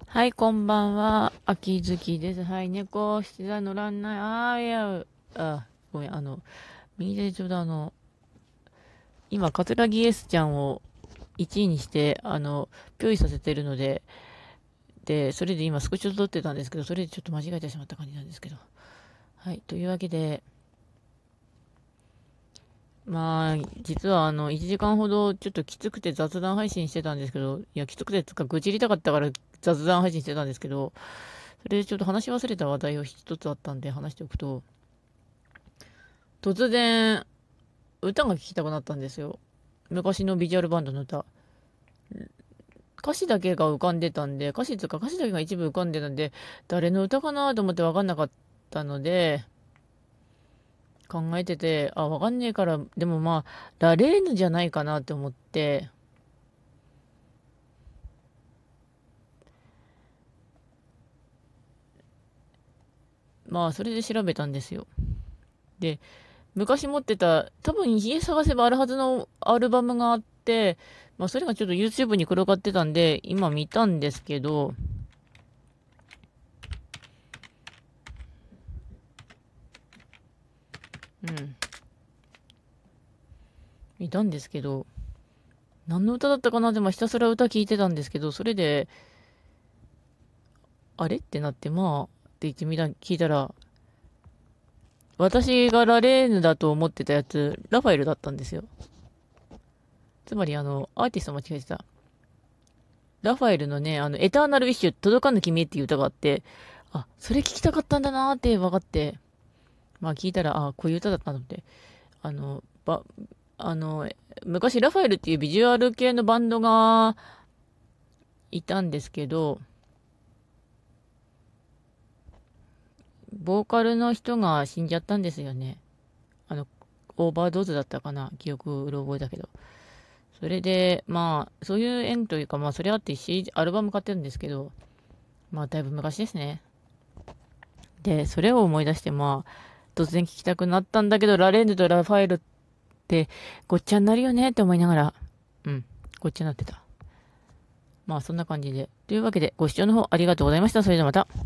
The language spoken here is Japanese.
はい、こんばんは。秋月です。はい、猫、七座乗らんない。ごめん、右でちょうど今、桂木 S ちゃんを1位にして、憑依させてるので、それで今、スクショ撮ってたんですけど、それでちょっと間違えてしまった感じなんですけど。はい、というわけで、まあ、実は1時間ほどちょっときつくて雑談配信してたんですけど、いや、きつくてつか、愚痴りたかったから雑談配信してたんですけど、それでちょっと話し忘れた話題を一つあったんで話しておくと、突然、歌が聴きたくなったんですよ。昔のビジュアルバンドの歌。歌詞だけが浮かんでたんで、歌詞とか歌詞だけが一部浮かんでたんで、誰の歌かなと思って分かんなかったので、考えてて、あ、分かんねえから、でもまあ、ラレーヌじゃないかなって思って、まあ、それで調べたんですよ。で、昔持ってた、多分家探せばあるはずのアルバムがあって、まあ、それがちょっと YouTube に転がってたんで、今見たんですけど、うん、見たんですけど、何の歌だったかなって、まあ、ひたすら歌聞いてたんですけど、それで、あれってなって、まあ、って言ってみた、聞いたら、私がラレーヌだと思ってたやつ、ラファエルだったんですよ。つまり、アーティスト間違えてた。ラファエルのね、エターナルウィッシュ、届かぬ君へっていう歌があって、あ、それ聞きたかったんだなーって分かって、まあ聞いたら、あ、こういう歌だったんだって。あの、ば、あの、昔ラファエルっていうビジュアル系のバンドがいたんですけど、ボーカルの人が死んじゃったんですよね。あの、オーバードーズだったかな。記憶うろ覚えだけど。それで、まあ、そういう縁というか、まあ、それあって アルバム買ってるんですけど、まあ、だいぶ昔ですね。で、それを思い出して、まあ、突然聞きたくなったんだけど、ラレンヌとラファエルってごっちゃになるよねって思いながら、うん、ごっちゃになってた。まあ、そんな感じで。というわけで、ご視聴の方ありがとうございました。それではまた。